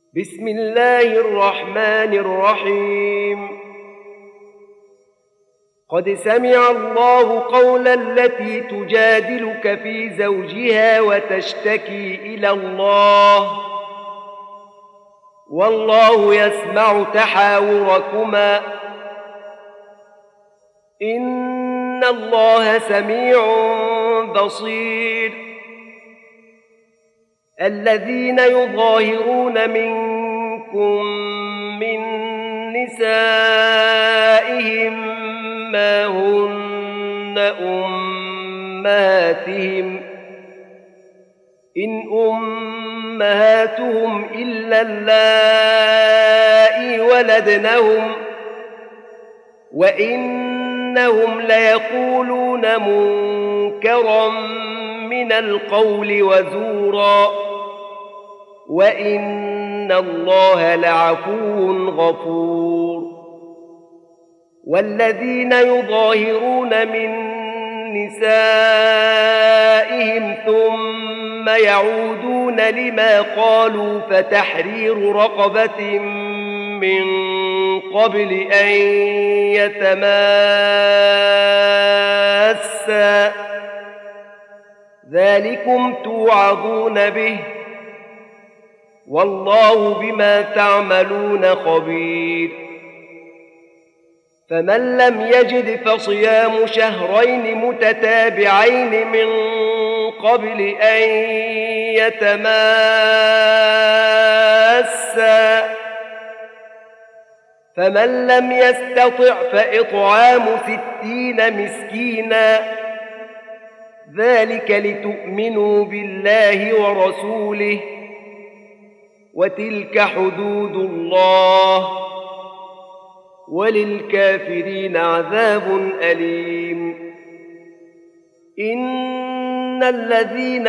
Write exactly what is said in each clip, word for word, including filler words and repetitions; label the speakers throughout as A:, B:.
A: بسم الله الرحمن الرحيم قد سمع الله قول التي تجادلك في زوجها وتشتكي إلى الله والله يسمع تحاوركما إن الله سميع بصير الذين يظاهرون منكم من نسائهم ما هن أمهاتهم إن أمهاتهم إلا اللائي ولدنهم وإنهم ليقولون منكرا من القول وزورا وإن الله لعفو غفور والذين يظاهرون من نسائهم ثم يعودون لما قالوا فتحرير رقبة من قبل أن يتماسا ذلكم توعظون به والله بما تعملون خبير فمن لم يجد فصيام شهرين متتابعين من قبل أن يتماسا فمن لم يستطع فإطعام ستين مسكينا ذلك لتؤمنوا بالله ورسوله وتلك حدود الله وللكافرين عذاب أليم إن الذين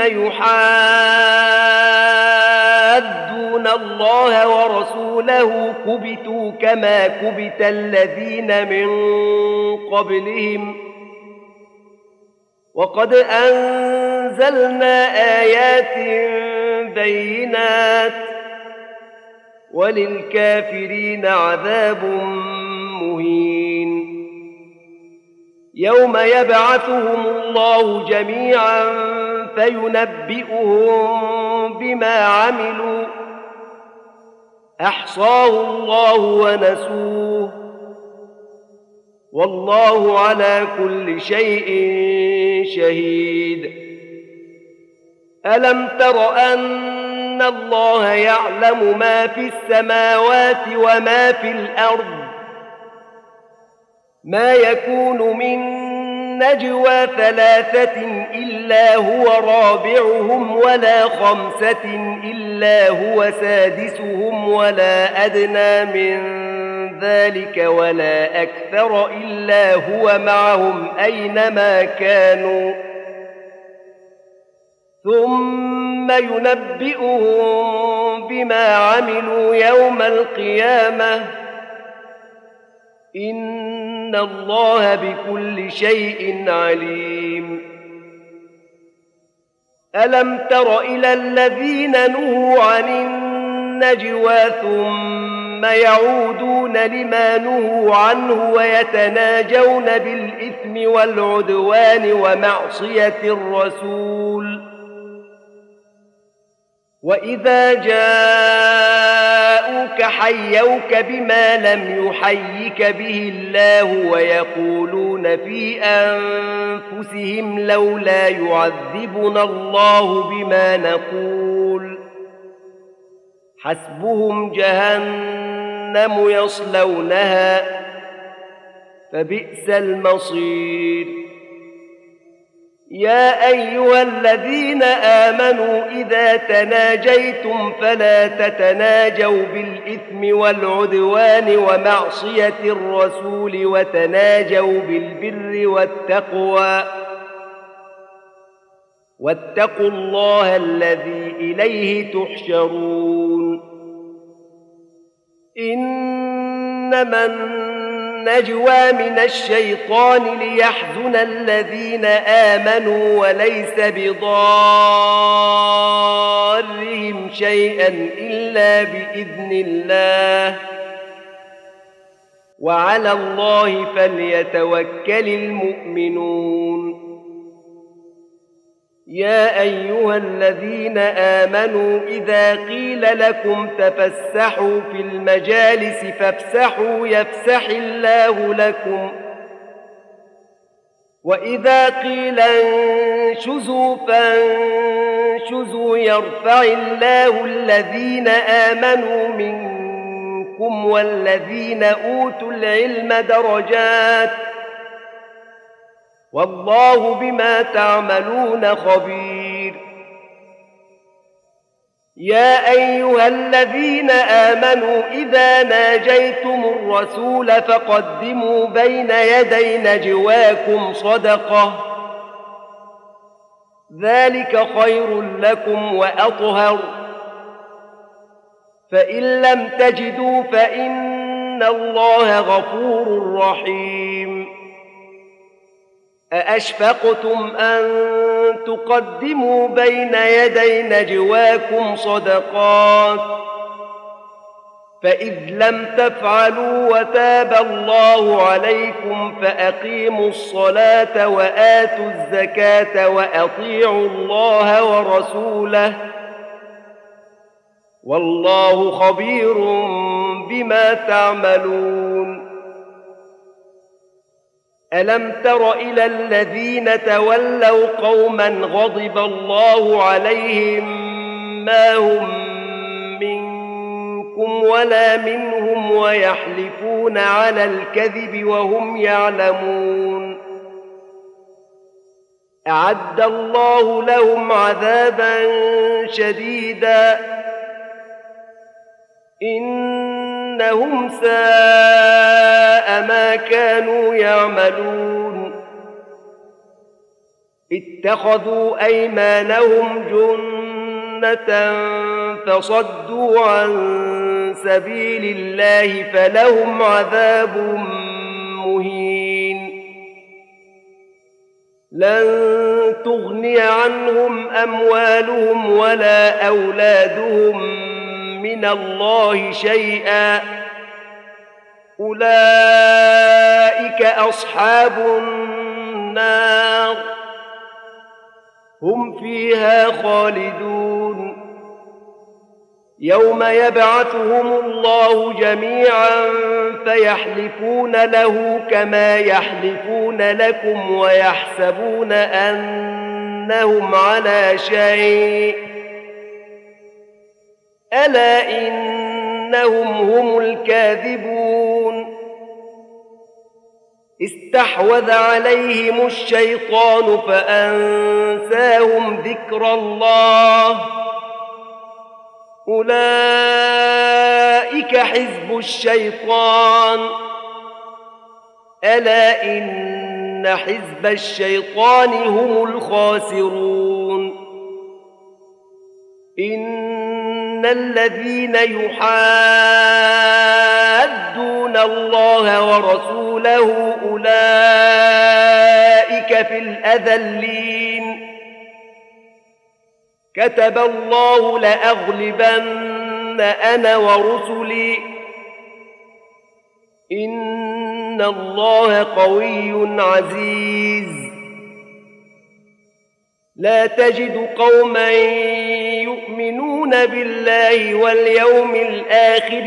A: يحادون الله ورسوله كبتوا كما كبت الذين من قبلهم وقد أنزلنا آيات بينات وللكافرين عذاب مهين يوم يبعثهم الله جميعا فينبئهم بما عملوا أحصاه الله ونسوه والله على كل شيء شهيد ألم تر أن الله يعلم ما في السماوات وما في الأرض ما يكون من نجوى ثلاثة إلا هو رابعهم ولا خمسة إلا هو سادسهم ولا أدنى من ذلك ولا أكثر إلا هو معهم أينما كانوا ثم ينبئهم بما عملوا يوم القيامة إن الله بكل شيء عليم ألم تر إلى الذين نهوا عن النجوى ثم يعودون لما نهوا عنه ويتناجون بالإثم والعدوان ومعصية الرسول وإذا جاءوك حيوك بما لم يحيك به الله ويقولون في أنفسهم لولا يعذبنا الله بما نقول حسبهم جهنم يصلونها فبئس المصير يا أيها الذين آمنوا إذا تناجيتم فلا تتناجوا بالإثم والعدوان ومعصية الرسول وتناجوا بالبر والتقوى واتقوا الله الذي إليه تحشرون إنما النجوى من الشيطان ليحزن الذين آمنوا وليس بضارهم شيئا إلا بإذن الله وعلى الله فليتوكل المؤمنون. يا أيها الذين آمنوا إذا قيل لكم تفسحوا في المجالس فافسحوا يفسح الله لكم وإذا قيل انشزوا فانشزوا يرفع الله الذين آمنوا منكم والذين أوتوا العلم درجات والله بما تعملون خبير. يا أيها الذين آمنوا إذا ناجيتم الرسول فقدموا بين يدي نجواكم صدقة ذلك خير لكم وأطهر فإن لم تجدوا فإن الله غفور رحيم. أأشفقتم أن تقدموا بين يدي نجواكم صدقات فإذ لم تفعلوا وتاب الله عليكم فأقيموا الصلاة وآتوا الزكاة وأطيعوا الله ورسوله والله خبير بما تعملون. ألم تر إلى الذين تولوا قوما غضب الله عليهم ما هم منكم ولا منهم ويحلفون على الكذب وهم يعلمون أعد الله لهم عذابا شديدا إنهم ساء ما كانوا يعملون. اتخذوا أيمانهم جنة فصدوا عن سبيل الله فلهم عذاب مهين. لن تغني عنهم أموالهم ولا أولادهم من الله شيئا أولئك أصحاب النار هم فيها خالدون. يوم يبعثهم الله جميعا فيحلفون له كما يحلفون لكم ويحسبون أنهم على شيء ألا إنهم هم الكاذبون. استحوذ عليهم الشيطان فأنساهم ذكر الله أولئك حزب الشيطان ألا إن حزب الشيطان هم الخاسرون. إن الذين يحادون الله ورسوله أولئك في الأذلين. كتب الله لأغلبن أنا ورسلي إن الله قوي عزيز. لا تجد قوما يؤمنون بالله واليوم الآخر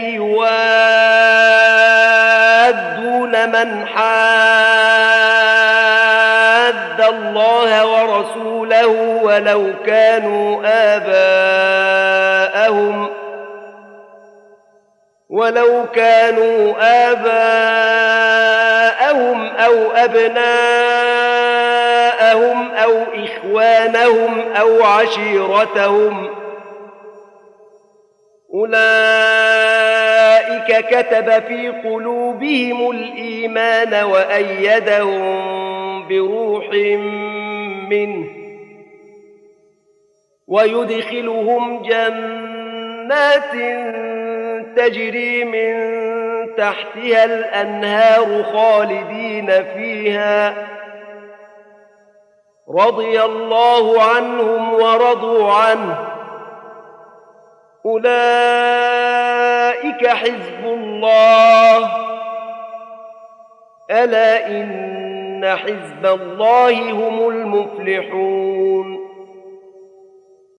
A: يوادون من حاد الله ورسوله ولو كانوا آباءهم ولو كانوا آباءهم أو أبناءهم أو إخوانهم أو عشيرتهم أولئك كتب في قلوبهم الإيمان وأيدهم بروح منه ويدخلهم جنات تجري من تحتها الأنهار خالدين فيها رضي الله عنهم ورضوا عنه أولئك حزب الله ألا إن حزب الله هم المفلحون